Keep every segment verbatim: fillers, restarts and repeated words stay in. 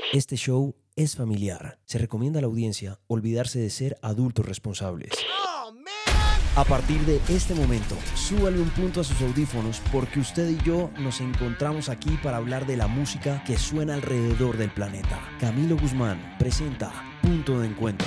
Este show es familiar. Se recomienda a la audiencia olvidarse de ser adultos responsables. A partir de este momento, súbale un punto a sus audífonos porque usted y yo nos encontramos aquí para hablar de la música que suena alrededor del planeta. Camilo Guzmán presenta Punto de Encuentro,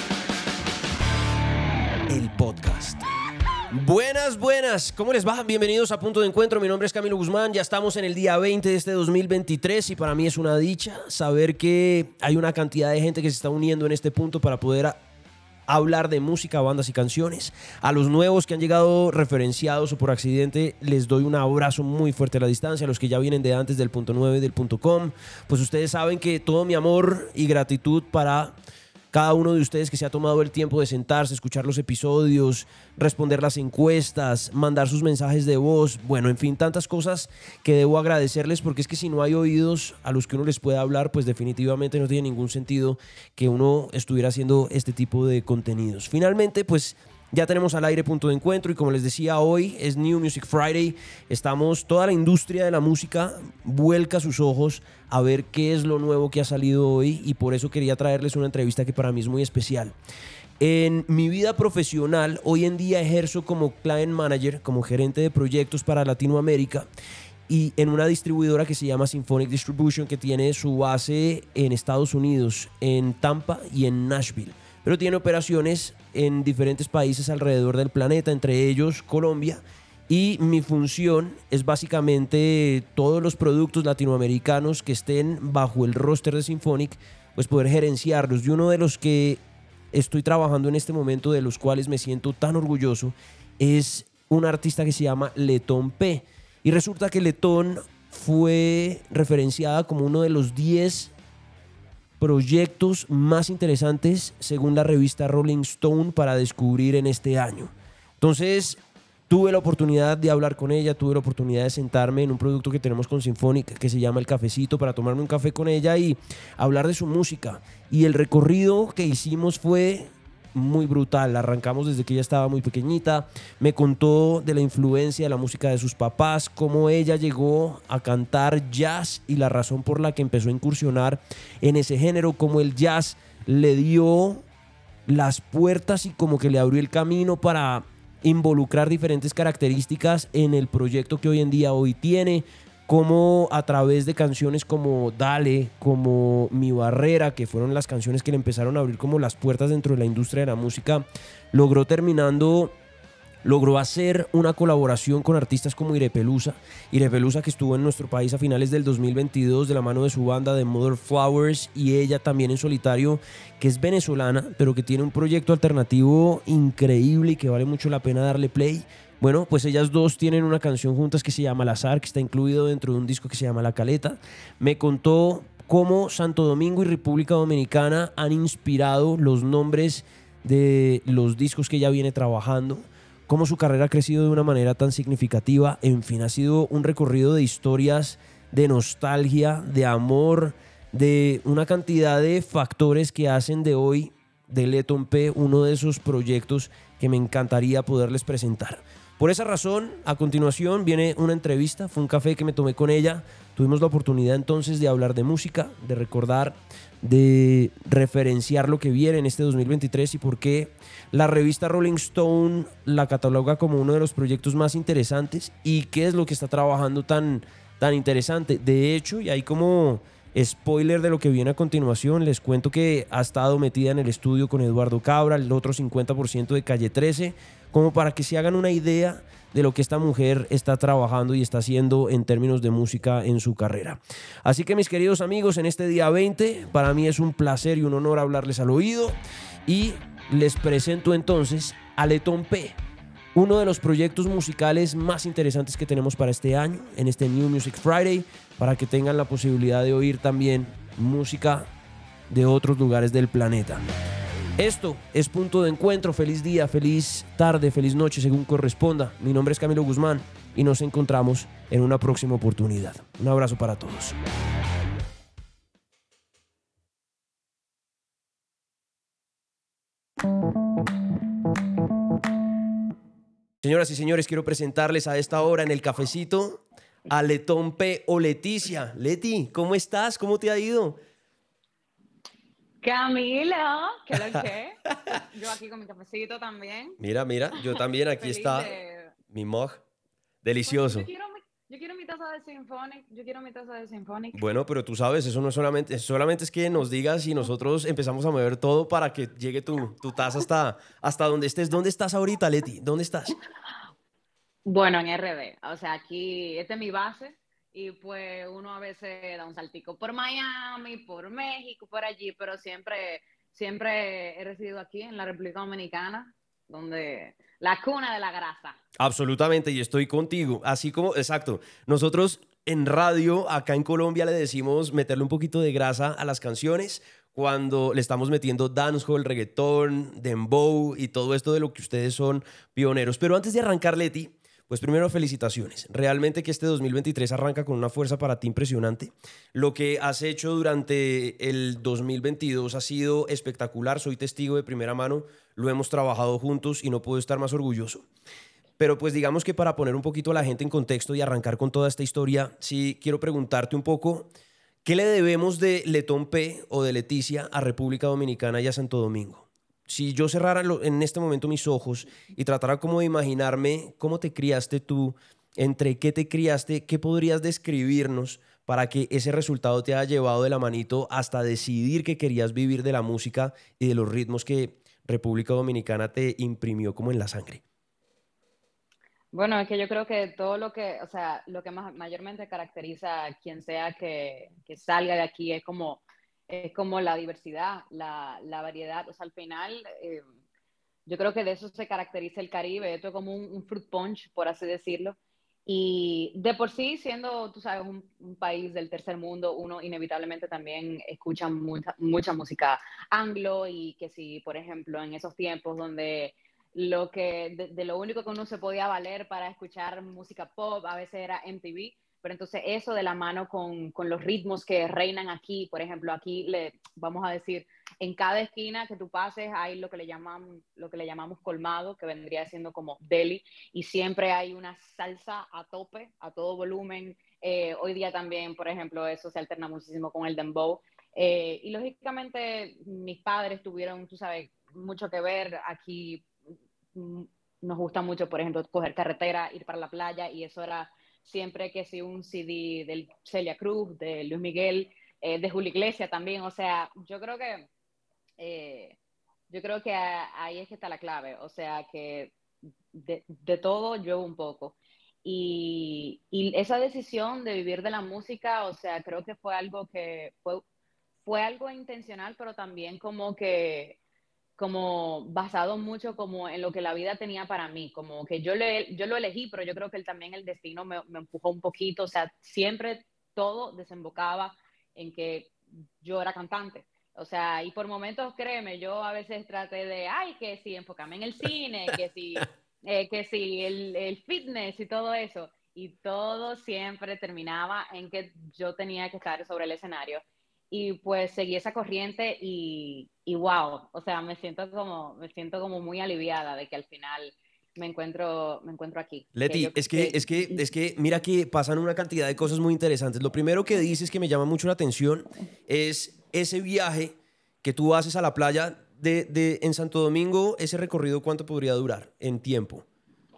el podcast. Buenas, buenas, ¿cómo les va? Bienvenidos a Punto de Encuentro, mi nombre es Camilo Guzmán, ya estamos en el día veinte de este dos mil veintitrés y para mí es una dicha saber que hay una cantidad de gente que se está uniendo en este punto para poder a- hablar de música, bandas y canciones. A los nuevos que han llegado referenciados o por accidente, les doy un abrazo muy fuerte a la distancia. A los que ya vienen de antes del punto nueve del punto com, pues ustedes saben que todo mi amor y gratitud para cada uno de ustedes que se ha tomado el tiempo de sentarse, escuchar los episodios, responder las encuestas, mandar sus mensajes de voz, bueno, en fin, tantas cosas que debo agradecerles porque es que si no hay oídos a los que uno les pueda hablar, pues definitivamente no tiene ningún sentido que uno estuviera haciendo este tipo de contenidos. Finalmente, pues ya tenemos al aire Punto de Encuentro y como les decía, hoy es New Music Friday. Estamos, toda la industria de la música vuelca sus ojos a ver qué es lo nuevo que ha salido hoy y por eso quería traerles una entrevista que para mí es muy especial. En mi vida profesional, hoy en día ejerzo como client manager, como gerente de proyectos para Latinoamérica y en una distribuidora que se llama Symphonic Distribution, que tiene su base en Estados Unidos, en Tampa y en Nashville, pero tiene operaciones en diferentes países alrededor del planeta, entre ellos Colombia, y mi función es básicamente todos los productos latinoamericanos que estén bajo el roster de Symphonic, pues poder gerenciarlos. Y uno de los que estoy trabajando en este momento, de los cuales me siento tan orgulloso, es un artista que se llama Letón P. Y resulta que Letón fue referenciada como uno de los diez proyectos más interesantes según la revista Rolling Stone para descubrir en este año. Entonces tuve la oportunidad de hablar con ella, tuve la oportunidad de sentarme en un producto que tenemos con Symphonic que se llama El Cafecito, para tomarme un café con ella y hablar de su música. Y el recorrido que hicimos fue muy brutal. Arrancamos desde que ella estaba muy pequeñita, me contó de la influencia de la música de sus papás, cómo ella llegó a cantar jazz y la razón por la que empezó a incursionar en ese género, cómo el jazz le dio las puertas y como que le abrió el camino para involucrar diferentes características en el proyecto que hoy en día hoy tiene, como a través de canciones como Dale, como Mi Barrera, que fueron las canciones que le empezaron a abrir como las puertas dentro de la industria de la música, logró terminando, logró hacer una colaboración con artistas como Irepelusa, Irepelusa que estuvo en nuestro país a finales del dos mil veintidós de la mano de su banda The Mother Flowers, y ella también en solitario, que es venezolana, pero que tiene un proyecto alternativo increíble y que vale mucho la pena darle play. Bueno, pues ellas dos tienen una canción juntas que se llama Al Azar, que está incluido dentro de un disco que se llama La Caleta. Me contó cómo Santo Domingo y República Dominicana han inspirado los nombres de los discos que ella viene trabajando, cómo su carrera ha crecido de una manera tan significativa. En fin, ha sido un recorrido de historias, de nostalgia, de amor, de una cantidad de factores que hacen de hoy de Letón P uno de esos proyectos que me encantaría poderles presentar. Por esa razón, a continuación viene una entrevista, fue un café que me tomé con ella, tuvimos la oportunidad entonces de hablar de música, de recordar, de referenciar lo que viene en este dos mil veintitrés y por qué la revista Rolling Stone la cataloga como uno de los proyectos más interesantes y qué es lo que está trabajando tan, tan interesante. De hecho, y hay como spoiler de lo que viene a continuación, les cuento que ha estado metida en el estudio con Eduardo Cabra, el otro cincuenta por ciento de Calle trece, como para que se hagan una idea de lo que esta mujer está trabajando y está haciendo en términos de música en su carrera. Así que, mis queridos amigos, en este día veinte, para mí es un placer y un honor hablarles al oído y les presento entonces a Letón P, uno de los proyectos musicales más interesantes que tenemos para este año, en este New Music Friday, para que tengan la posibilidad de oír también música de otros lugares del planeta. Esto es Punto de Encuentro. Feliz día, feliz tarde, feliz noche, según corresponda. Mi nombre es Camilo Guzmán y nos encontramos en una próxima oportunidad. Un abrazo para todos. Señoras y señores, quiero presentarles a esta hora en el cafecito a Letón P o Leticia. Leti, ¿cómo estás? ¿Cómo te ha ido? Camilo, ¿qué lo que? Yo aquí con mi cafecito también. Mira, mira, yo también, aquí Feliz está de... mi mug. Pues yo Delicioso. quiero mi, yo quiero mi taza de Symphonic, yo quiero mi taza de Symphonic. Bueno, pero tú sabes, eso no es solamente, solamente es que nos digas y nosotros empezamos a mover todo para que llegue tu, tu taza hasta, hasta donde estés. ¿Dónde estás ahorita, Leti? ¿Dónde estás? Bueno, en R D, o sea, aquí, esta es mi base y pues uno a veces da un saltico por Miami, por México, por allí, pero siempre, siempre he residido aquí en la República Dominicana, donde la cuna de la grasa. Absolutamente, y estoy contigo. Así como, exacto, nosotros en radio, acá en Colombia, le decimos meterle un poquito de grasa a las canciones cuando le estamos metiendo dancehall, reggaetón, dembow y todo esto de lo que ustedes son pioneros. Pero antes de arrancar, Leti, pues primero felicitaciones. Realmente que este dos mil veintitrés arranca con una fuerza para ti impresionante. Lo que has hecho durante el dos mil veintidós ha sido espectacular. Soy testigo de primera mano. Lo hemos trabajado juntos y no puedo estar más orgulloso. Pero pues digamos que para poner un poquito a la gente en contexto y arrancar con toda esta historia, sí quiero preguntarte un poco, ¿qué le debemos de Letón P o de Leticia a República Dominicana y a Santo Domingo? Si yo cerrara lo- en este momento mis ojos y tratara como de imaginarme cómo te criaste tú, entre qué te criaste, ¿qué podrías describirnos para que ese resultado te haya llevado de la manito hasta decidir que querías vivir de la música y de los ritmos que República Dominicana te imprimió como en la sangre? Bueno, es que yo creo que todo lo que, o sea, lo que más, mayormente caracteriza a quien sea que, que salga de aquí es como, es como la diversidad, la, la variedad. O sea, al final, eh, yo creo que de eso se caracteriza el Caribe. Esto es como un, un fruit punch, por así decirlo. Y de por sí, siendo, tú sabes, un, un país del tercer mundo, uno inevitablemente también escucha mucha, mucha música anglo y que si, por ejemplo, en esos tiempos donde lo que, de, de lo único que uno se podía valer para escuchar música pop a veces era M T V, pero entonces eso de la mano con, con los ritmos que reinan aquí, por ejemplo, aquí le vamos a decir, en cada esquina que tú pases hay lo que le llaman, lo que le llamamos colmado, que vendría siendo como deli, y siempre hay una salsa a tope, a todo volumen. Eh, hoy día también, por ejemplo, eso se alterna muchísimo con el dembow. Eh, y lógicamente mis padres tuvieron, tú sabes, mucho que ver aquí. Nos gusta mucho, por ejemplo, coger carretera, ir para la playa, y eso era siempre que si un C D de Celia Cruz, de Luis Miguel, eh, de Julio Iglesias también. O sea, yo creo que eh, yo creo que ahí es que está la clave. O sea, que de, de todo yo un poco. Y, y esa decisión de vivir de la música, o sea, creo que fue algo que fue, fue algo intencional, pero también como que como basado mucho como en lo que la vida tenía para mí, como que yo, le, yo lo elegí, pero yo creo que él, también el destino me, me empujó un poquito. O sea, siempre todo desembocaba en que yo era cantante. O sea, y por momentos, créeme, yo a veces traté de, ay, que sí, enfocarme en el cine, que sí, eh, que sí, el, el fitness y todo eso. Y todo siempre terminaba en que yo tenía que estar sobre el escenario. Y pues seguí esa corriente y, y wow, o sea, me siento como, me siento como muy aliviada de que al final me encuentro, me encuentro aquí. Que Leti, yo, es que, que, es que, es que, mira que pasan una cantidad de cosas muy interesantes. Lo primero que dices que me llama mucho la atención es ese viaje que tú haces a la playa de, de- en Santo Domingo. Ese recorrido, ¿cuánto podría durar en tiempo?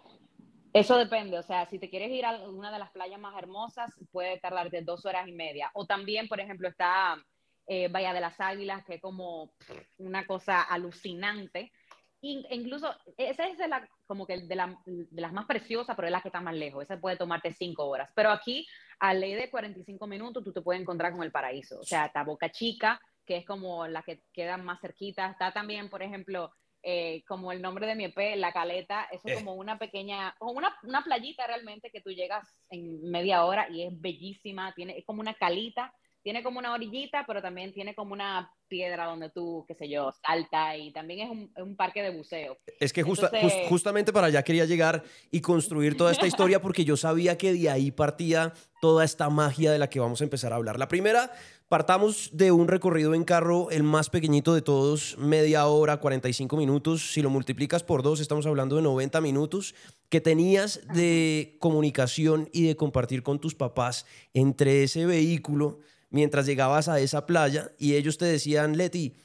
Eso depende. O sea, si te quieres ir a una de las playas más hermosas, puede tardarte dos horas y media. O también, por ejemplo, está eh, Bahía de las Águilas, que es como pff, una cosa alucinante. In, incluso, esa es de la, como que de, la, de, las más preciosas, pero es la que está más lejos. Esa puede tomarte cinco horas. Pero aquí, a ley de cuarenta y cinco minutos, tú te puedes encontrar con el paraíso. O sea, está Boca Chica, que es como la que queda más cerquita. Está también, por ejemplo, eh, como el nombre de mi E P, La Caleta. Eso es Eh, como una pequeña, como una, una playita realmente, que tú llegas en media hora y es bellísima. Tiene, es como una calita, tiene como una orillita, pero también tiene como una piedra donde tú, qué sé yo, salta, y también es un, un parque de buceo. Es que justa- jus- Entonces, justamente para allá quería llegar y construir toda esta historia porque yo sabía que de ahí partía toda esta magia de la que vamos a empezar a hablar. La primera, partamos de un recorrido en carro, el más pequeñito de todos, media hora, cuarenta y cinco minutos. Si lo multiplicas por dos, estamos hablando de noventa minutos que tenías ajá. de comunicación y de compartir con tus papás entre ese vehículo mientras llegabas a esa playa y ellos te decían, Leti,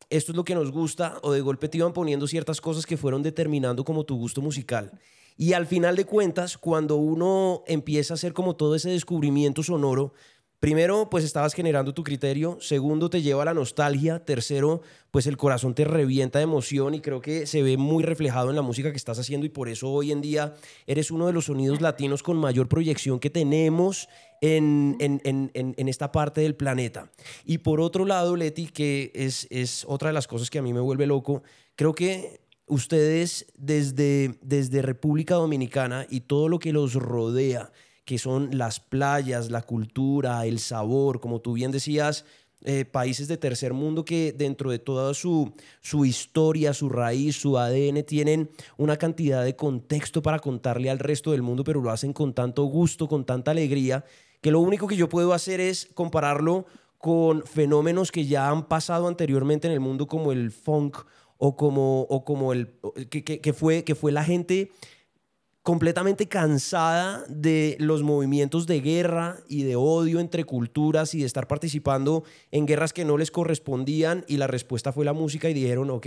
esto es lo que nos gusta, o de golpe te iban poniendo ciertas cosas que fueron determinando como tu gusto musical. Y al final de cuentas, cuando uno empieza a hacer como todo ese descubrimiento sonoro, primero, pues estabas generando tu criterio. Segundo, te lleva a la nostalgia. Tercero, pues el corazón te revienta de emoción y creo que se ve muy reflejado en la música que estás haciendo y por eso hoy en día eres uno de los sonidos latinos con mayor proyección que tenemos en, en, en, en, en esta parte del planeta. Y por otro lado, Leti, que es, es otra de las cosas que a mí me vuelve loco, creo que ustedes desde, desde República Dominicana y todo lo que los rodea, que son las playas, la cultura, el sabor, como tú bien decías, eh, países de tercer mundo que dentro de toda su, su historia, su raíz, su A D N, tienen una cantidad de contexto para contarle al resto del mundo, pero lo hacen con tanto gusto, con tanta alegría, que lo único que yo puedo hacer es compararlo con fenómenos que ya han pasado anteriormente en el mundo, como el funk o como, o como el que, que, que, fue, que fue la gente completamente cansada de los movimientos de guerra y de odio entre culturas y de estar participando en guerras que no les correspondían, y la respuesta fue la música y dijeron, ok,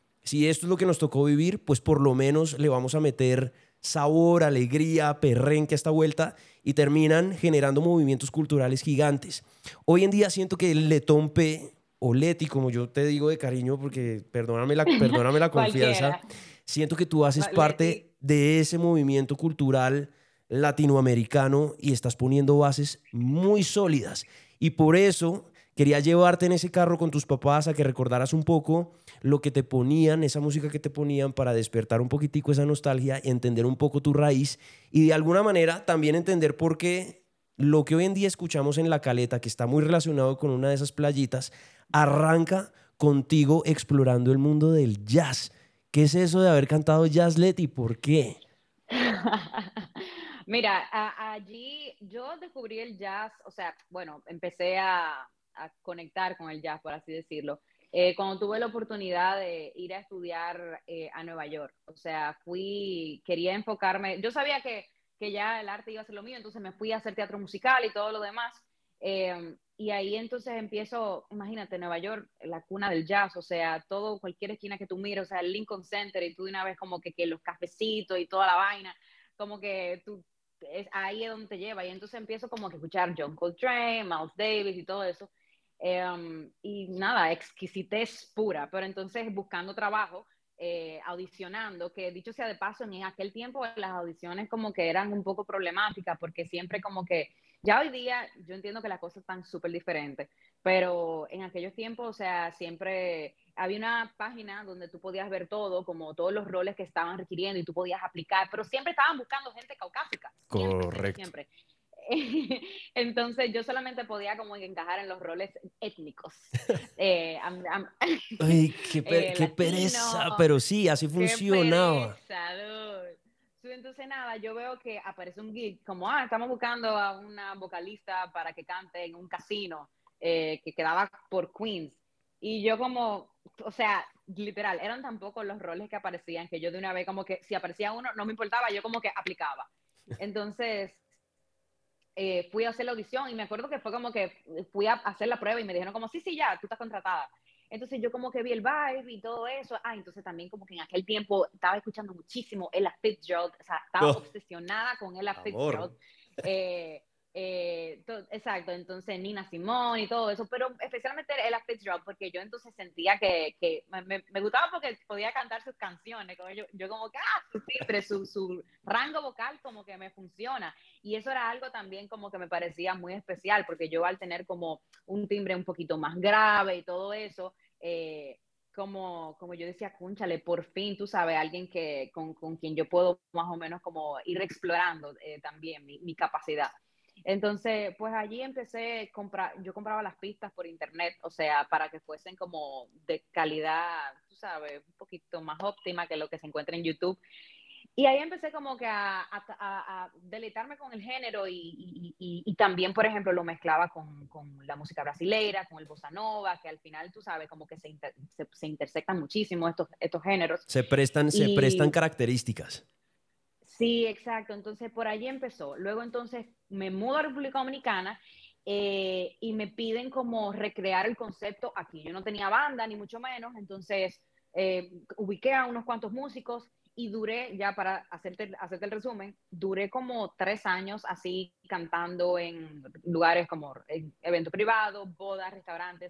si esto es lo que nos tocó vivir, pues por lo menos le vamos a meter sabor, alegría, perrenque a esta vuelta, y terminan generando movimientos culturales gigantes. Hoy en día siento que el Letón P, o Leti, como yo te digo de cariño, porque perdóname la, perdóname la confianza, Cualquiera. siento que tú haces Leti. parte de ese movimiento cultural latinoamericano y estás poniendo bases muy sólidas. Y por eso quería llevarte en ese carro con tus papás a que recordaras un poco lo que te ponían, esa música que te ponían, para despertar un poquitico esa nostalgia, entender un poco tu raíz y de alguna manera también entender por qué lo que hoy en día escuchamos en La Caleta, que está muy relacionado con una de esas playitas, arranca contigo explorando el mundo del jazz. ¿Qué es eso de haber cantado jazz, Leti? ¿Por qué? Mira, a- allí yo descubrí el jazz, o sea, bueno, empecé a, a conectar con el jazz, por así decirlo, eh, cuando tuve la oportunidad de ir a estudiar eh, a Nueva York. O sea, fui, quería enfocarme, yo sabía que, que ya el arte iba a ser lo mío, entonces me fui a hacer teatro musical y todo lo demás. Eh, y ahí entonces empiezo, imagínate, Nueva York, la cuna del jazz, o sea, todo, cualquier esquina que tú mires, o sea, el Lincoln Center, y tú de una vez como que, que los cafecitos y toda la vaina, como que tú, es, ahí es donde te lleva. Y entonces empiezo como que a escuchar John Coltrane, Miles Davis y todo eso. Eh, y nada, exquisitez pura. Pero entonces buscando trabajo, eh, audicionando, que dicho sea de paso, en aquel tiempo las audiciones como que eran un poco problemáticas, porque siempre como que, ya hoy día yo entiendo que las cosas están súper diferentes, pero en aquellos tiempos, o sea, siempre había una página donde tú podías ver todo, como todos los roles que estaban requiriendo y tú podías aplicar, pero siempre estaban buscando gente caucásica, siempre, siempre, Correcto. siempre. Entonces yo solamente podía como encajar en los roles étnicos, eh, am, am, Ay, qué, per- eh, qué latino, pereza, pero sí, así qué funcionaba. pereza, dude. So, entonces nada, yo veo que aparece un gig como, ah, estamos buscando a una vocalista para que cante en un casino eh, que quedaba por Queens. Y yo como, o sea, literal, eran tan pocos los roles que aparecían que yo de una vez como que si aparecía uno no me importaba, yo como que aplicaba. Entonces eh, fui a hacer la audición y me acuerdo que fue como que fui a hacer la prueba y me dijeron como, sí, sí, ya, tú estás contratada. Entonces yo como que vi el vibe y todo eso. Ah, entonces también como que en aquel tiempo estaba escuchando muchísimo Ella Fitzgerald, o sea, estaba No, obsesionada con Ella amor. Fitzgerald. Eh, eh, to, exacto, entonces Nina Simone y todo eso, pero especialmente Ella Fitzgerald, porque yo entonces sentía que, que me, me, me, gustaba porque podía cantar sus canciones, como yo, yo como que, ah, su timbre, su, su rango vocal como que me funciona. Y eso era algo también como que me parecía muy especial, porque yo al tener como un timbre un poquito más grave y todo eso, eh, como, como yo decía, cúnchale, por fin, tú sabes, alguien que, con, con quien yo puedo más o menos como ir explorando eh, también mi, mi capacidad. Entonces, pues allí empecé a comprar, yo compraba las pistas por internet, o sea, para que fuesen como de calidad, tú sabes, un poquito más óptima que lo que se encuentra en YouTube. Y ahí empecé como que a, a, a, a deleitarme con el género y, y, y, y también, por ejemplo, lo mezclaba con, con, la música brasileira, con el bossa nova, que al final, tú sabes, como que se, inter, se, se intersectan muchísimo estos, estos géneros. Se prestan, se prestan Y características. sí, exacto. Entonces, por allí empezó. Luego, entonces, me mudo a República Dominicana eh, y me piden como recrear el concepto aquí. Yo no tenía banda, ni mucho menos, entonces eh, ubiqué a unos cuantos músicos y duré, ya para hacerte, hacerte el resumen, duré como tres años así cantando en lugares como en eventos privados, bodas, restaurantes.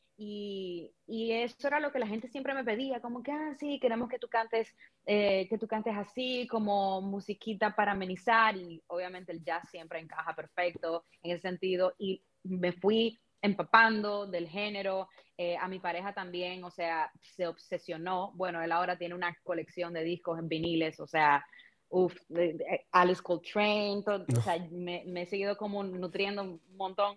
Y, y eso era lo que la gente siempre me pedía, como que, ah, sí, queremos que tú cantes, eh, que tú cantes así, como musiquita para amenizar, y obviamente el jazz siempre encaja perfecto en ese sentido, y me fui empapando del género, eh, a mi pareja también, o sea, se obsesionó, bueno, él ahora tiene una colección de discos en viniles, o sea, uff, Alice Coltrane, todo, o sea, me, me he seguido como nutriendo un montón.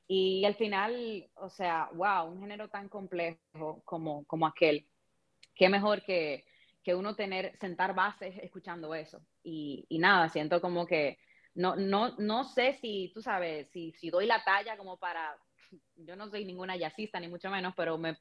Y al final, o sea, wow, un género tan complejo como, como aquel, qué mejor que, que uno tener, sentar bases escuchando eso. Y, y nada, siento como que no, no, no sé si, tú sabes, si, si doy la talla como para, yo no soy ninguna jazzista ni mucho menos, pero me,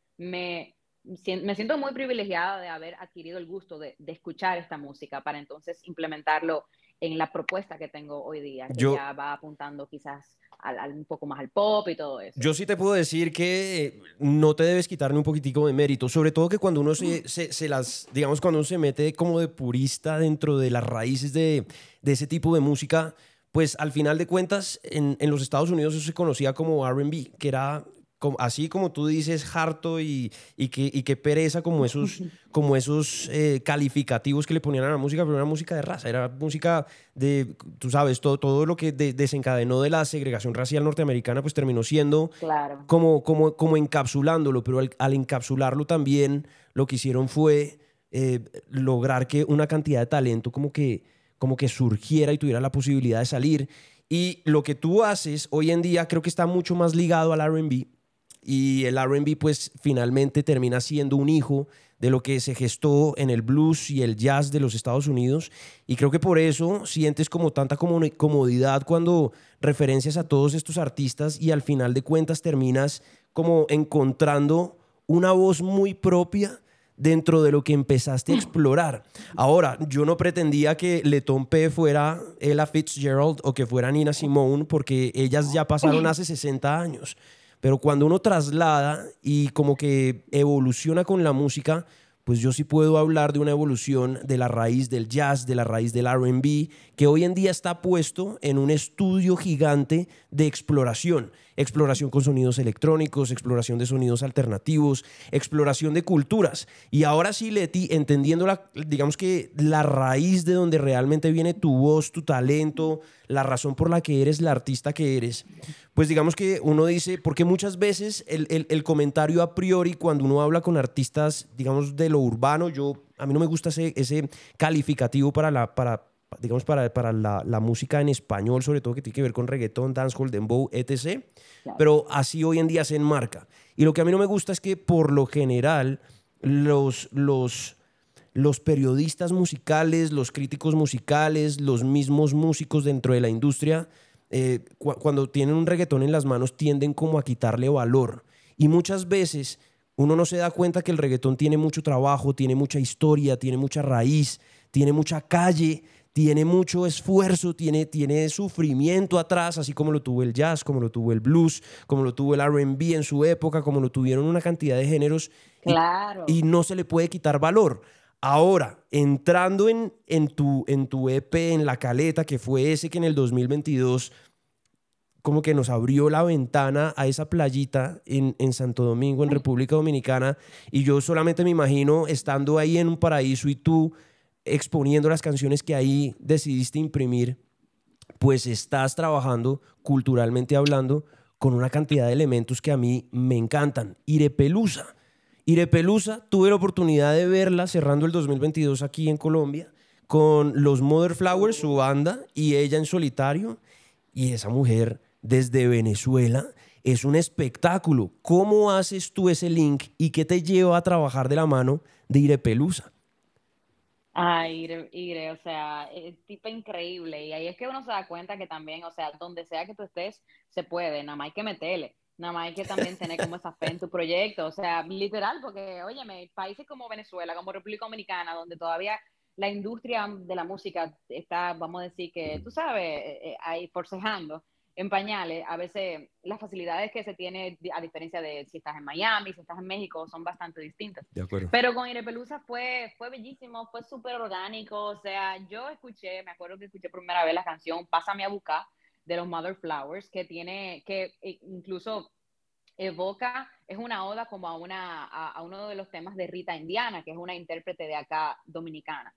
me, me siento muy privilegiada de haber adquirido el gusto de, de escuchar esta música para entonces implementarlo en la propuesta que tengo hoy día, que Yo, ya va apuntando quizás al, al, un poco más al pop y todo eso. Yo sí te puedo decir que no te debes quitar ni un poquitico de mérito, sobre todo que cuando uno se, se, se las, digamos, cuando uno se mete como de purista dentro de las raíces de, de ese tipo de música, pues al final de cuentas en, en los Estados Unidos eso se conocía como R and B, que era como, así como tú dices, harto y, y, que, y que pereza como esos, como esos eh, calificativos que le ponían a la música, pero era música de raza, era música de, tú sabes, todo, todo lo que de, desencadenó de la segregación racial norteamericana, pues terminó siendo Claro. como, como, como encapsulándolo, pero al, al encapsularlo también lo que hicieron fue eh, lograr que una cantidad de talento como que, como que surgiera y tuviera la posibilidad de salir. Y lo que tú haces hoy en día creo que está mucho más ligado al R and B, y el R and B pues finalmente termina siendo un hijo de lo que se gestó en el blues y el jazz de los Estados Unidos, y creo que por eso sientes como tanta comodidad cuando referencias a todos estos artistas y al final de cuentas terminas como encontrando una voz muy propia dentro de lo que empezaste a explorar. Ahora, yo no pretendía que Letón P fuera Ella Fitzgerald o que fuera Nina Simone, porque ellas ya pasaron hace sesenta años. Pero cuando uno traslada y como que evoluciona con la música, pues yo sí puedo hablar de una evolución de la raíz del jazz, de la raíz del R and B, que hoy en día está puesto en un estudio gigante de exploración. Exploración con sonidos electrónicos, exploración de sonidos alternativos, exploración de culturas. Y ahora sí, Leti, entendiendo la, digamos que la raíz de donde realmente viene tu voz, tu talento, la razón por la que eres la artista que eres, pues digamos que uno dice, porque muchas veces el, el, el comentario a priori cuando uno habla con artistas, digamos, de lo urbano, yo, a mí no me gusta ese, ese calificativo para la, para, digamos, para, para la, la música en español, sobre todo que tiene que ver con reggaetón, dancehall, dembow, etcétera. Claro. Pero así hoy en día se enmarca. Y lo que a mí no me gusta es que por lo general los, los, los periodistas musicales, los críticos musicales, los mismos músicos dentro de la industria, eh, cu cuando tienen un reggaetón en las manos tienden como a quitarle valor. Y muchas veces uno no se da cuenta que el reggaetón tiene mucho trabajo, tiene mucha historia, tiene mucha raíz, tiene mucha calle, tiene mucho esfuerzo, tiene, tiene sufrimiento atrás, así como lo tuvo el jazz, como lo tuvo el blues, como lo tuvo el R and B en su época, como lo tuvieron una cantidad de géneros, y, y Claro. no se le puede quitar valor. Ahora, entrando en, en, tu, en tu E P, en La Caleta, que fue ese que en el dos mil veintidós como que nos abrió la ventana a esa playita en, en Santo Domingo, en República Dominicana, y yo solamente me imagino estando ahí en un paraíso y tú exponiendo las canciones que ahí decidiste imprimir, pues estás trabajando culturalmente hablando con una cantidad de elementos que a mí me encantan. Irepelusa. Irepelusa, tuve la oportunidad de verla cerrando el dos mil veintidós aquí en Colombia con los Mother Flowers, su banda, y ella en solitario. Y esa mujer desde Venezuela es un espectáculo. ¿Cómo haces tú ese link y qué te lleva a trabajar de la mano de Irepelusa? Ay, Ire, Ire, o sea, es tipo increíble. Y ahí es que uno se da cuenta que también, o sea, donde sea que tú estés, se puede, nada más hay que meterle. Nada más hay que también tener como esa fe en tu proyecto. O sea, literal, porque, óyeme, países como Venezuela, como República Dominicana, donde todavía la industria de la música está, vamos a decir que, tú sabes, eh, eh, ahí forcejando, en pañales, a veces las facilidades que se tiene, a diferencia de si estás en Miami, si estás en México, son bastante distintas. De acuerdo. Pero con Irepelusa fue, fue bellísimo, fue súper orgánico. O sea, yo escuché, me acuerdo que escuché por primera vez la canción Pásame a buscar de los Mother Flowers, que tiene, que incluso evoca, es una oda como a, una, a, a uno de los temas de Rita Indiana, que es una intérprete de acá dominicana.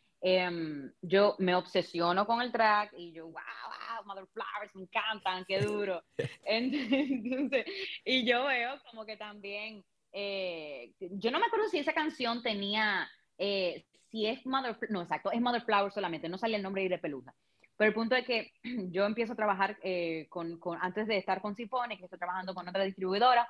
Um, yo me obsesiono con el track y yo, wow, wow, Mother Flowers, me encantan, qué duro. Entonces, y yo veo como que también, eh, yo no me acuerdo si esa canción tenía, eh, si es Mother, no, exacto, es Mother Flowers solamente, no sale el nombre de Irepelusa. Pero el punto es que yo empiezo a trabajar eh, con, con, antes de estar con Symphonic, estoy trabajando con otra distribuidora,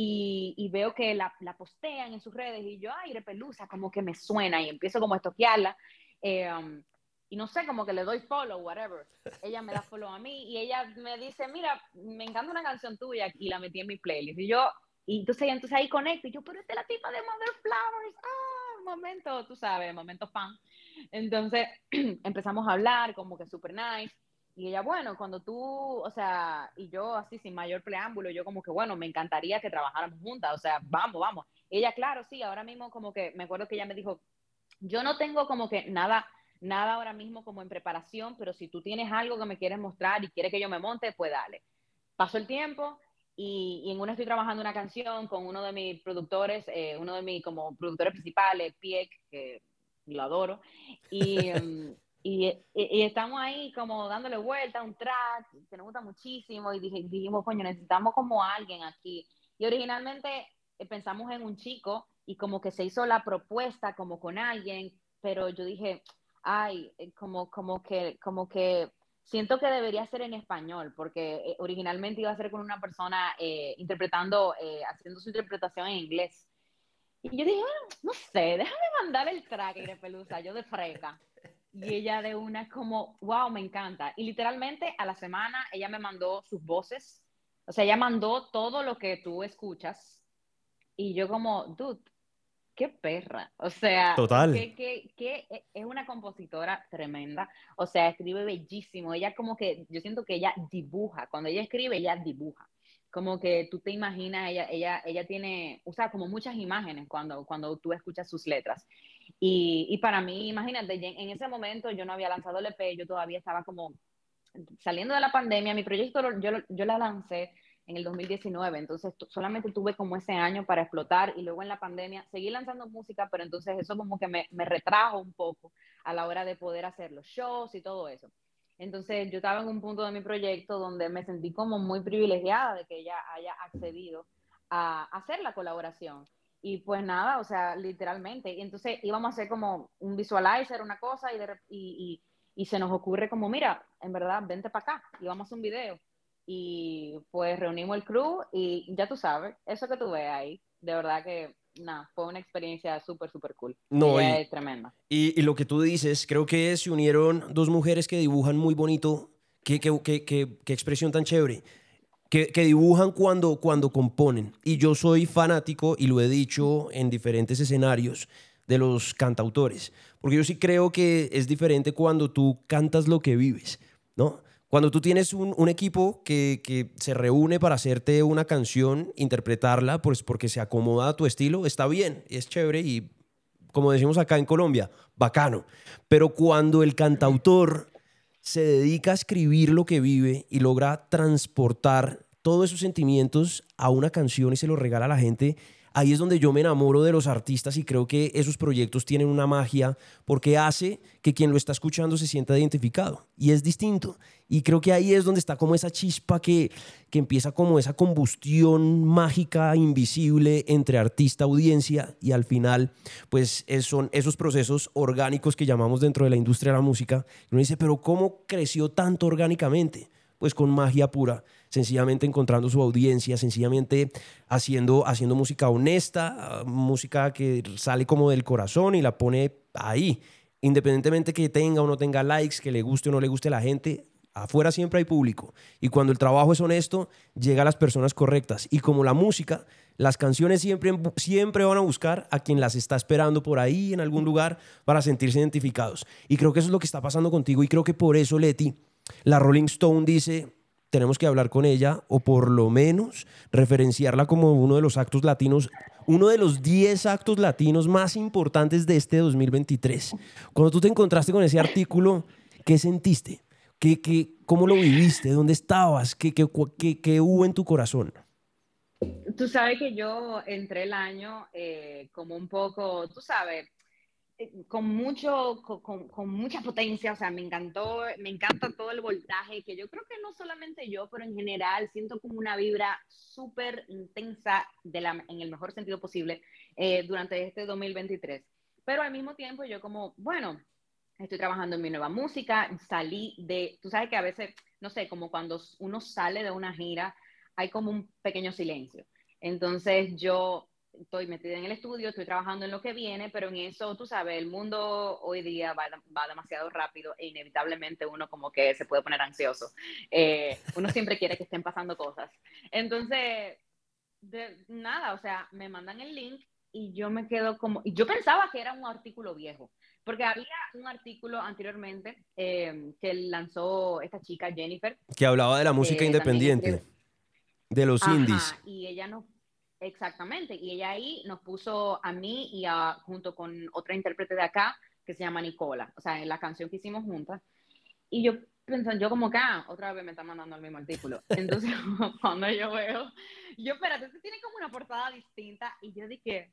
y, y veo que la, la postean en sus redes, y yo, ay, Irepelusa, como que me suena, y empiezo como a estoquearla. Eh, um, y no sé, como que le doy follow, whatever. Ella me da follow a mí y ella me dice, mira, me encanta una canción tuya, y la metí en mi playlist. Y yo, y entonces, entonces ahí conecto, y yo, pero esta es la tipa de Mother Flowers. Ah, momento, tú sabes, momento fan. Entonces empezamos a hablar, como que super nice. Y ella, bueno, cuando tú, o sea, y yo así sin mayor preámbulo, yo como que, bueno, me encantaría que trabajáramos juntas, o sea, vamos, vamos. Y ella, claro, sí, ahora mismo como que, me acuerdo que ella me dijo, yo no tengo como que nada, nada ahora mismo como en preparación, pero si tú tienes algo que me quieres mostrar y quieres que yo me monte, pues dale. Pasó el tiempo y, y en una estoy trabajando una canción con uno de mis productores, eh, uno de mis como productores principales, Pieck, que lo adoro, y, um, y, y, y estamos ahí como dándole vuelta a un track que nos gusta muchísimo y dije, dijimos, coño, necesitamos como alguien aquí. Y originalmente eh, pensamos en un chico y como que se hizo la propuesta como con alguien, pero yo dije, ay, como, como que, como que siento que debería ser en español, porque eh, originalmente iba a ser con una persona eh, interpretando, eh, haciendo su interpretación en inglés. Y yo dije, bueno, no sé, déjame mandar el track a Irepelusa, yo de freca. Y ella de una como, wow, me encanta. Y literalmente a la semana ella me mandó sus voces, o sea, ella mandó todo lo que tú escuchas. Y yo como, dude, qué perra, o sea, Total. que, que, que es una compositora tremenda, o sea, escribe bellísimo, ella como que, yo siento que ella dibuja, cuando ella escribe, ella dibuja, como que tú te imaginas, ella, ella, ella tiene, o sea, como muchas imágenes cuando, cuando tú escuchas sus letras, y, y para mí, imagínate, en ese momento yo no había lanzado el E P, yo todavía estaba como saliendo de la pandemia, mi proyecto yo, yo la lancé en el dos mil diecinueve, entonces solamente tuve como ese año para explotar y luego en la pandemia seguí lanzando música, pero entonces eso como que me, me retrajo un poco a la hora de poder hacer los shows y todo eso. Entonces yo estaba en un punto de mi proyecto donde me sentí como muy privilegiada de que ella haya accedido a hacer la colaboración. Y pues nada, o sea, literalmente. Y entonces íbamos a hacer como un visualizer, una cosa, y, de, y, y, y se nos ocurre como, mira, en verdad, vente para acá y vamos a hacer un video. Y pues reunimos el crew y ya tú sabes, eso que tú ves ahí, de verdad que, nada, fue una experiencia súper, súper cool. No, Ella y, es tremenda. y, y lo que tú dices, creo que se unieron dos mujeres que dibujan muy bonito. Qué, qué, qué, qué, qué expresión tan chévere. Que, que dibujan cuando, cuando componen. Y yo soy fanático, y lo he dicho en diferentes escenarios, de los cantautores. Porque yo sí creo que es diferente cuando tú cantas lo que vives, ¿no? Cuando tú tienes un, un equipo que, que se reúne para hacerte una canción, interpretarla, pues porque se acomoda a tu estilo, está bien, es chévere y, como decimos acá en Colombia, bacano. Pero cuando el cantautor se dedica a escribir lo que vive y logra transportar todos esos sentimientos a una canción y se los regala a la gente, ahí es donde yo me enamoro de los artistas y creo que esos proyectos tienen una magia porque hace que quien lo está escuchando se sienta identificado y es distinto. Y creo que ahí es donde está como esa chispa que, que empieza como esa combustión mágica, invisible entre artista, audiencia y al final pues es, son esos procesos orgánicos que llamamos dentro de la industria de la música. Y uno dice, pero ¿cómo creció tanto orgánicamente? Pues con magia pura, sencillamente encontrando su audiencia, sencillamente haciendo, haciendo música honesta, música que sale como del corazón y la pone ahí. Independientemente que tenga o no tenga likes, que le guste o no le guste a la gente, afuera siempre hay público. Y cuando el trabajo es honesto, llega a las personas correctas. Y como la música, las canciones siempre, siempre van a buscar a quien las está esperando por ahí en algún lugar para sentirse identificados. Y creo que eso es lo que está pasando contigo y creo que por eso, Leti, la Rolling Stone dice, tenemos que hablar con ella o por lo menos referenciarla como uno de los actos latinos, uno de los diez actos latinos más importantes de este dos mil veintitrés. Cuando tú te encontraste con ese artículo, ¿qué sentiste? ¿Qué, qué, cómo lo viviste? ¿Dónde estabas? ¿Qué, qué, qué, qué hubo en tu corazón? Tú sabes que yo entré el año eh, como un poco, tú sabes, eh, con mucho, con, con, con mucha potencia, o sea, me encantó, me encanta todo el voltaje, que yo creo que no solamente yo, pero en general siento como una vibra súper intensa de la, en el mejor sentido posible eh, durante este dos mil veintitrés. Pero al mismo tiempo yo como, bueno, estoy trabajando en mi nueva música, salí de, tú sabes que a veces, no sé, como cuando uno sale de una gira, hay como un pequeño silencio. Entonces yo estoy metida en el estudio, estoy trabajando en lo que viene, pero en eso, tú sabes, el mundo hoy día va, va demasiado rápido e inevitablemente uno como que se puede poner ansioso. Eh, uno siempre quiere que estén pasando cosas. Entonces, de, nada, o sea, me mandan el link y yo me quedo como, y yo pensaba que era un artículo viejo, porque había un artículo anteriormente eh, que lanzó esta chica Jennifer, Que hablaba de la música eh, también independiente, escribe, de los indies. ajá, y ella nos, exactamente, y ella ahí nos puso a mí y a, junto con otra intérprete de acá, que se llama Nicola, o sea, en la canción que hicimos juntas, y yo pensando, yo como que, ah, otra vez me está mandando el mismo artículo. Entonces, cuando yo veo, yo, espérate, este tiene como una portada distinta, y yo dije,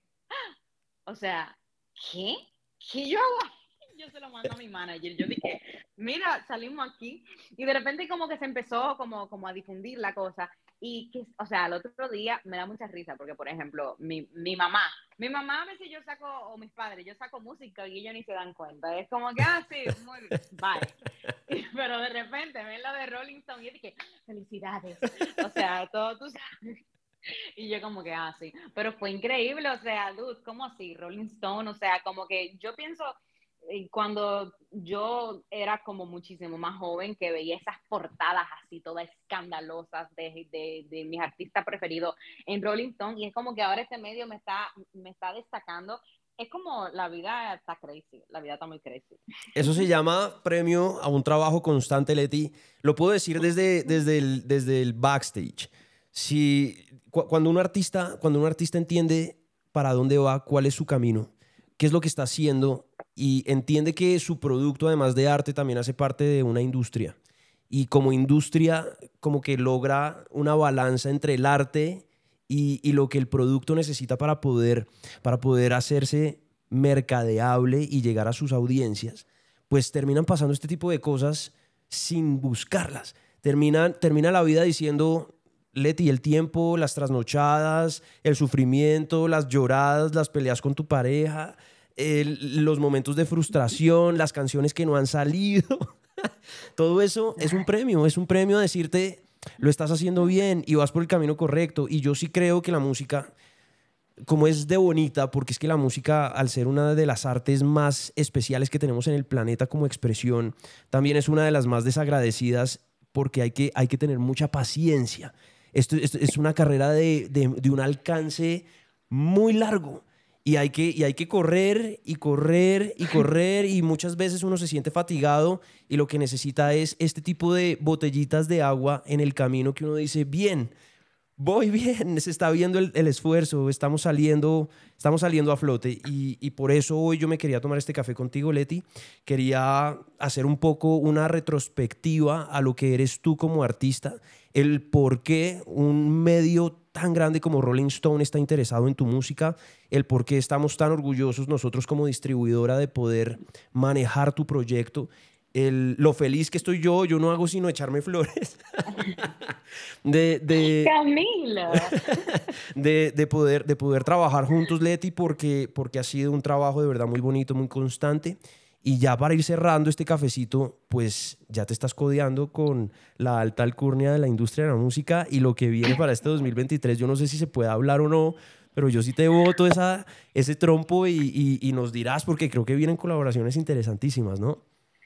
o sea, ¿qué? ¿Qué yo hago? Yo se lo mando a mi manager. Yo dije, mira, salimos aquí. Y de repente como que se empezó como, como a difundir la cosa. Y que, o sea, el otro día me da mucha risa porque, por ejemplo, mi, mi mamá, mi mamá a veces yo saco, o mis padres, yo saco música y ellos ni se dan cuenta. Es como que, ah, sí, muy bien, bye. Y, pero de repente ven la de Rolling Stone y yo dije, felicidades. O sea, todo tú sabes. Y yo como que, ah, sí, pero fue increíble, o sea, dude, ¿cómo así? Rolling Stone, o sea, como que yo pienso, eh, cuando yo era como muchísimo más joven, que veía esas portadas así, todas escandalosas de, de, de mis artistas preferidos en Rolling Stone, y es como que ahora este medio me está, me está destacando, es como la vida está crazy, la vida está muy crazy. Eso se llama premio a un trabajo constante, Leti. Lo puedo decir desde, desde, el, desde el backstage. Si, cu- cuando, un artista, cuando un artista entiende para dónde va, cuál es su camino, qué es lo que está haciendo y entiende que su producto, además de arte, también hace parte de una industria. Y como industria, como que logra una balanza entre el arte y, y lo que el producto necesita para poder, para poder hacerse mercadeable y llegar a sus audiencias, pues terminan pasando este tipo de cosas sin buscarlas. Terminan, termina la vida diciendo, Leti, el tiempo, las trasnochadas, el sufrimiento, las lloradas, las peleas con tu pareja, el- los momentos de frustración, las canciones que no han salido. Todo eso es un premio, es un premio a decirte, lo estás haciendo bien y vas por el camino correcto. Y yo sí creo que la música, como es de bonita, porque es que la música, al ser una de las artes más especiales que tenemos en el planeta como expresión, también es una de las más desagradecidas porque hay que, hay que tener mucha paciencia. Esto, esto es una carrera de, de, de un alcance muy largo. Y hay, que, y hay que correr y correr y correr y muchas veces uno se siente fatigado y lo que necesita es este tipo de botellitas de agua en el camino que uno dice, bien, voy bien, se está viendo el, el esfuerzo, estamos saliendo, estamos saliendo a flote y, y por eso hoy yo me quería tomar este café contigo, Leti. Quería hacer un poco una retrospectiva a lo que eres tú como artista, el por qué un medio tan grande como Rolling Stone está interesado en tu música, el por qué estamos tan orgullosos nosotros como distribuidora de poder manejar tu proyecto, el, lo feliz que estoy yo, yo no hago sino echarme flores de, de, Camila. de, de, poder, de poder trabajar juntos, Leti, porque, porque ha sido un trabajo de verdad muy bonito, muy constante. Y ya para ir cerrando este cafecito, pues ya te estás codeando con la alta alcurnia de la industria de la música y lo que viene para este dos mil veintitrés. Yo no sé si se puede hablar o no, pero yo sí te voto esa, ese trompo y, y, y nos dirás, porque creo que vienen colaboraciones interesantísimas, ¿no?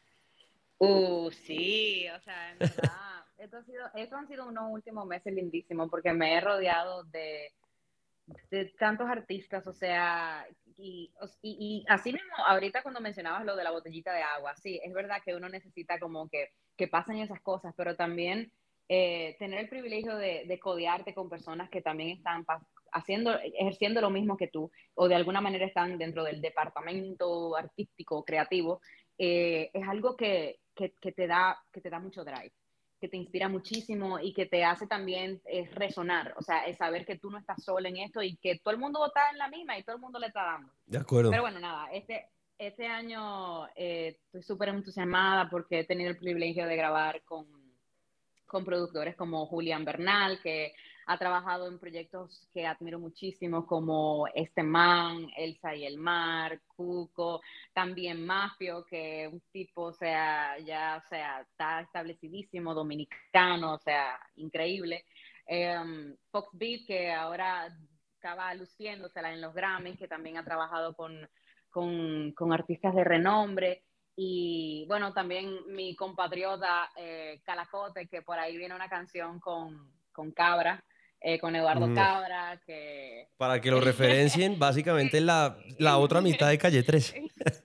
Uh, sí, o sea, en verdad, esto ha sido, estos han sido unos últimos meses lindísimos porque me he rodeado de, de tantos artistas, o sea, y, y, y así mismo, ahorita cuando mencionabas lo de la botellita de agua, sí, es verdad que uno necesita como que, que pasen esas cosas, pero también eh, tener el privilegio de, de codearte con personas que también están haciendo, ejerciendo lo mismo que tú, o de alguna manera están dentro del departamento artístico, creativo, eh, es algo que, que, que, te da, que te da mucho drive, que te inspira muchísimo y que te hace también eh, resonar, o sea, es saber que tú no estás sola en esto y que todo el mundo está en la misma y todo el mundo le está dando. De acuerdo. Pero bueno, nada, este, este año eh, estoy súper entusiasmada porque he tenido el privilegio de grabar con, con productores como Julián Bernal, que ha trabajado en proyectos que admiro muchísimo, como Este Man, Elsa y el Mar, Cuco, también Mafio, que un tipo, o sea, ya, o sea, está establecidísimo, dominicano, o sea, increíble. Um, Fox Beat, que ahora estaba luciéndosela en los Grammys, que también ha trabajado con, con, con artistas de renombre. Y bueno, también mi compatriota eh, Calacote, que por ahí viene una canción con, con Cabra, eh, con Eduardo Mm. Cabra, que... Para que lo referencien, básicamente la, la otra mitad de Calle trece.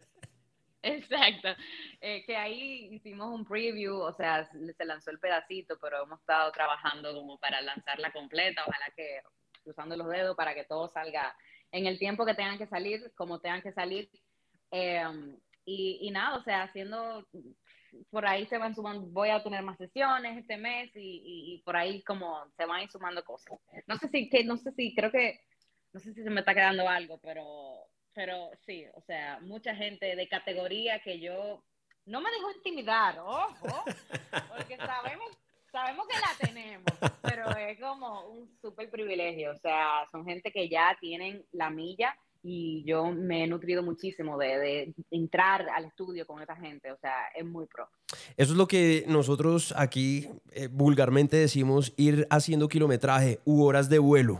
Exacto, eh, que ahí hicimos un preview, o sea, se lanzó el pedacito, pero hemos estado trabajando como para lanzarla completa, ojalá que cruzando los dedos para que todo salga en el tiempo que tengan que salir, como tengan que salir. Eh, y, y nada, o sea, haciendo, por ahí se van sumando, voy a tener más sesiones este mes y, y, y por ahí como se van a ir sumando cosas. No sé si, que, no sé si, creo que, no sé si se me está quedando algo, pero, pero sí, o sea, mucha gente de categoría que yo, no me dejo intimidar, ojo, porque sabemos, sabemos que la tenemos, pero es como un súper privilegio, o sea, son gente que ya tienen la milla y yo me he nutrido muchísimo de, de entrar al estudio con esa gente, o sea, es muy pro. Eso es lo que nosotros aquí eh, vulgarmente decimos ir haciendo kilometraje u horas de vuelo.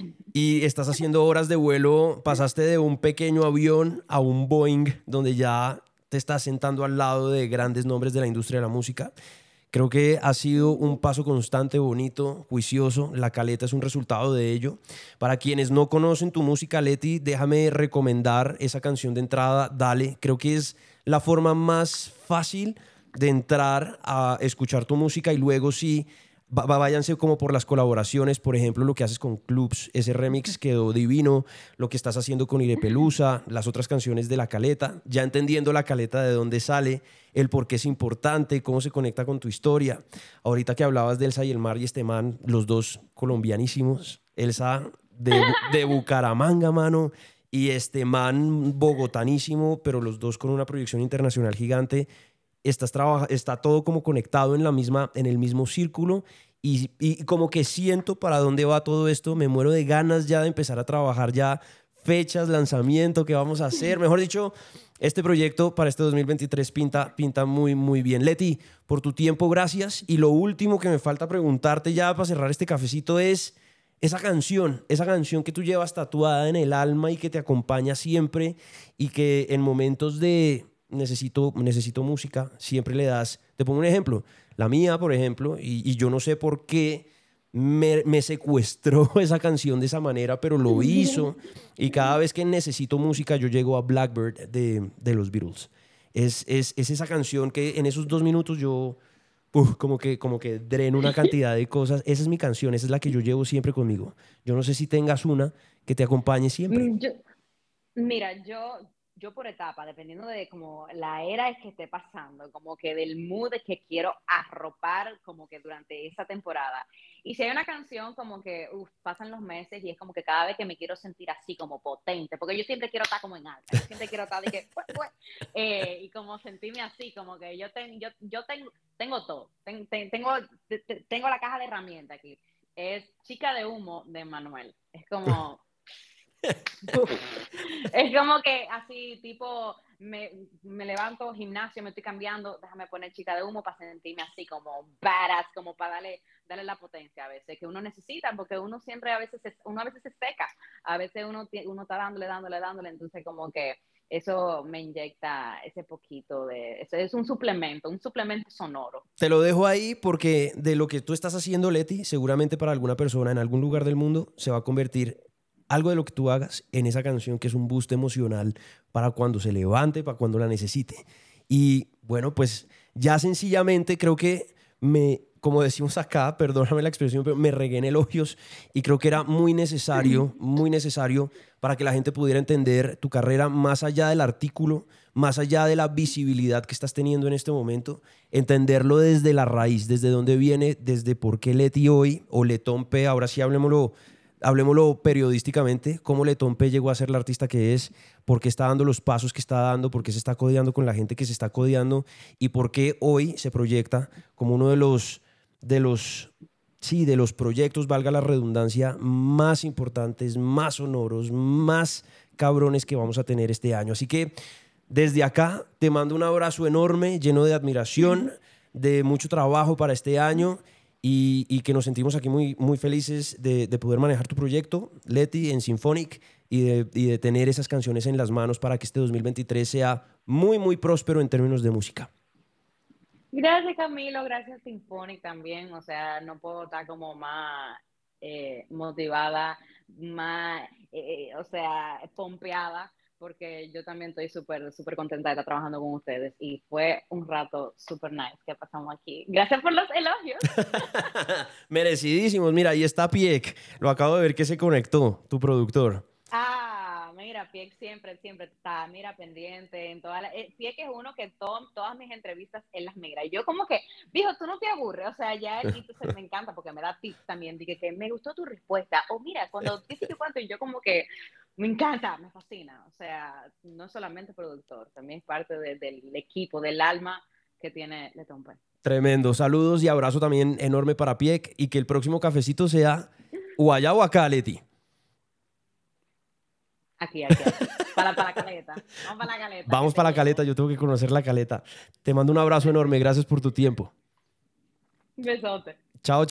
Y estás haciendo horas de vuelo, pasaste de un pequeño avión a un Boeing donde ya te estás sentando al lado de grandes nombres de la industria de la música. Creo que ha sido un paso constante, bonito, juicioso. La Caleta es un resultado de ello. Para quienes no conocen tu música, Leti, déjame recomendar esa canción de entrada, Dale. Creo que es la forma más fácil de entrar a escuchar tu música y luego sí, váyanse como por las colaboraciones, por ejemplo, lo que haces con Clubs, ese remix quedó divino, lo que estás haciendo con Irepelusa, las otras canciones de La Caleta, ya entendiendo La Caleta de dónde sale, el por qué es importante, cómo se conecta con tu historia. Ahorita que hablabas de Elsa y el Mar y este man, los dos colombianísimos, Elsa de, de Bucaramanga, mano, y este man bogotanísimo, pero los dos con una proyección internacional gigante. Estás trabaja, está todo como conectado en, la misma, en el mismo círculo y, y como que siento para dónde va todo esto. Me muero de ganas ya de empezar a trabajar ya fechas, lanzamiento, qué vamos a hacer. Mejor dicho, este proyecto para este dos mil veintitrés pinta, pinta muy, muy bien. Leti, por tu tiempo, gracias. Y lo último que me falta preguntarte ya para cerrar este cafecito es esa canción, esa canción que tú llevas tatuada en el alma y que te acompaña siempre y que en momentos de... Necesito, necesito música, siempre le das, te pongo un ejemplo, la mía, por ejemplo, y, y yo no sé por qué me, me secuestró esa canción de esa manera, pero lo hizo, y cada vez que necesito música yo llego a Blackbird de, de los Beatles. Es, es, es esa canción que en esos dos minutos yo uf, como, que, como que dreno una cantidad de cosas. Esa es mi canción, esa es la que yo llevo siempre conmigo. Yo no sé si tengas una que te acompañe siempre. Yo, mira, yo... yo por etapa, dependiendo de como la era es que esté pasando, como que del mood que quiero arropar como que durante esa temporada. Y si hay una canción como que, uff, pasan los meses y es como que cada vez que me quiero sentir así como potente, porque yo siempre quiero estar como en alta, yo siempre quiero estar de que, pues, pues, eh, y como sentirme así, como que yo, ten, yo, yo tengo, tengo todo, ten, ten, tengo, tengo la caja de herramientas aquí. Es Chica de Humo de Manuel. Es como... es como que así tipo me, me levanto gimnasio, me estoy cambiando, déjame poner Chica de Humo para sentirme así como badass, como para darle, darle la potencia a veces que uno necesita, porque uno siempre a veces se, uno a veces se seca, a veces uno, uno está dándole, dándole, dándole, entonces como que eso me inyecta ese poquito de, eso es un suplemento, un suplemento sonoro. Te lo dejo ahí porque de lo que tú estás haciendo, Leti, seguramente para alguna persona en algún lugar del mundo se va a convertir algo de lo que tú hagas en esa canción que es un boost emocional para cuando se levante, para cuando la necesite. Y bueno, pues ya sencillamente creo que me como decimos acá, perdóname la expresión, pero me regué en elogios y creo que era muy necesario, muy necesario para que la gente pudiera entender tu carrera más allá del artículo, más allá de la visibilidad que estás teniendo en este momento, entenderlo desde la raíz, desde dónde viene, desde por qué Leti hoy, o Letón P, ahora sí hablemoslo, hablemoslo periodísticamente, cómo Letón P llegó a ser la artista que es, por qué está dando los pasos que está dando, por qué se está codeando con la gente que se está codeando y por qué hoy se proyecta como uno de los, de los, sí, de los proyectos, valga la redundancia, más importantes, más sonoros, más cabrones que vamos a tener este año. Así que desde acá te mando un abrazo enorme, lleno de admiración, de mucho trabajo para este año. Y, y que nos sentimos aquí muy, muy felices de, de poder manejar tu proyecto, Leti, en Symphonic y de, y de tener esas canciones en las manos para que este dos mil veintitrés sea muy, muy próspero en términos de música. Gracias, Camilo, gracias, Symphonic también. O sea, no puedo estar como más eh, motivada, más, eh, o sea, pompeada, porque yo también estoy súper, súper contenta de estar trabajando con ustedes y fue un rato súper nice que pasamos aquí. Gracias por los elogios. Merecidísimos. Mira, ahí está Pieck. Lo acabo de ver que se conectó, tu productor. Ah, mira, Pieck siempre, siempre está, mira, pendiente en todas las... Eh, Pieck es uno que to, todas mis entrevistas él las mira. Y yo como que, viejo, tú no te aburres. O sea, ya él, y entonces me encanta porque me da tips también. Dije que me gustó tu respuesta. O mira, cuando dice que cuánto, y yo como que, me encanta, me fascina. O sea, no solamente productor, también es parte de, del equipo, del alma que tiene Letón P. Tremendo. Saludos y abrazo también enorme para Pieck y que el próximo cafecito sea o allá o acá, Leti. Aquí, aquí, aquí. Para, para la caleta. Vamos para la caleta. Vamos para la caleta. Yo tengo que conocer la caleta. Te mando un abrazo enorme. Gracias por tu tiempo. Un besote. Chao.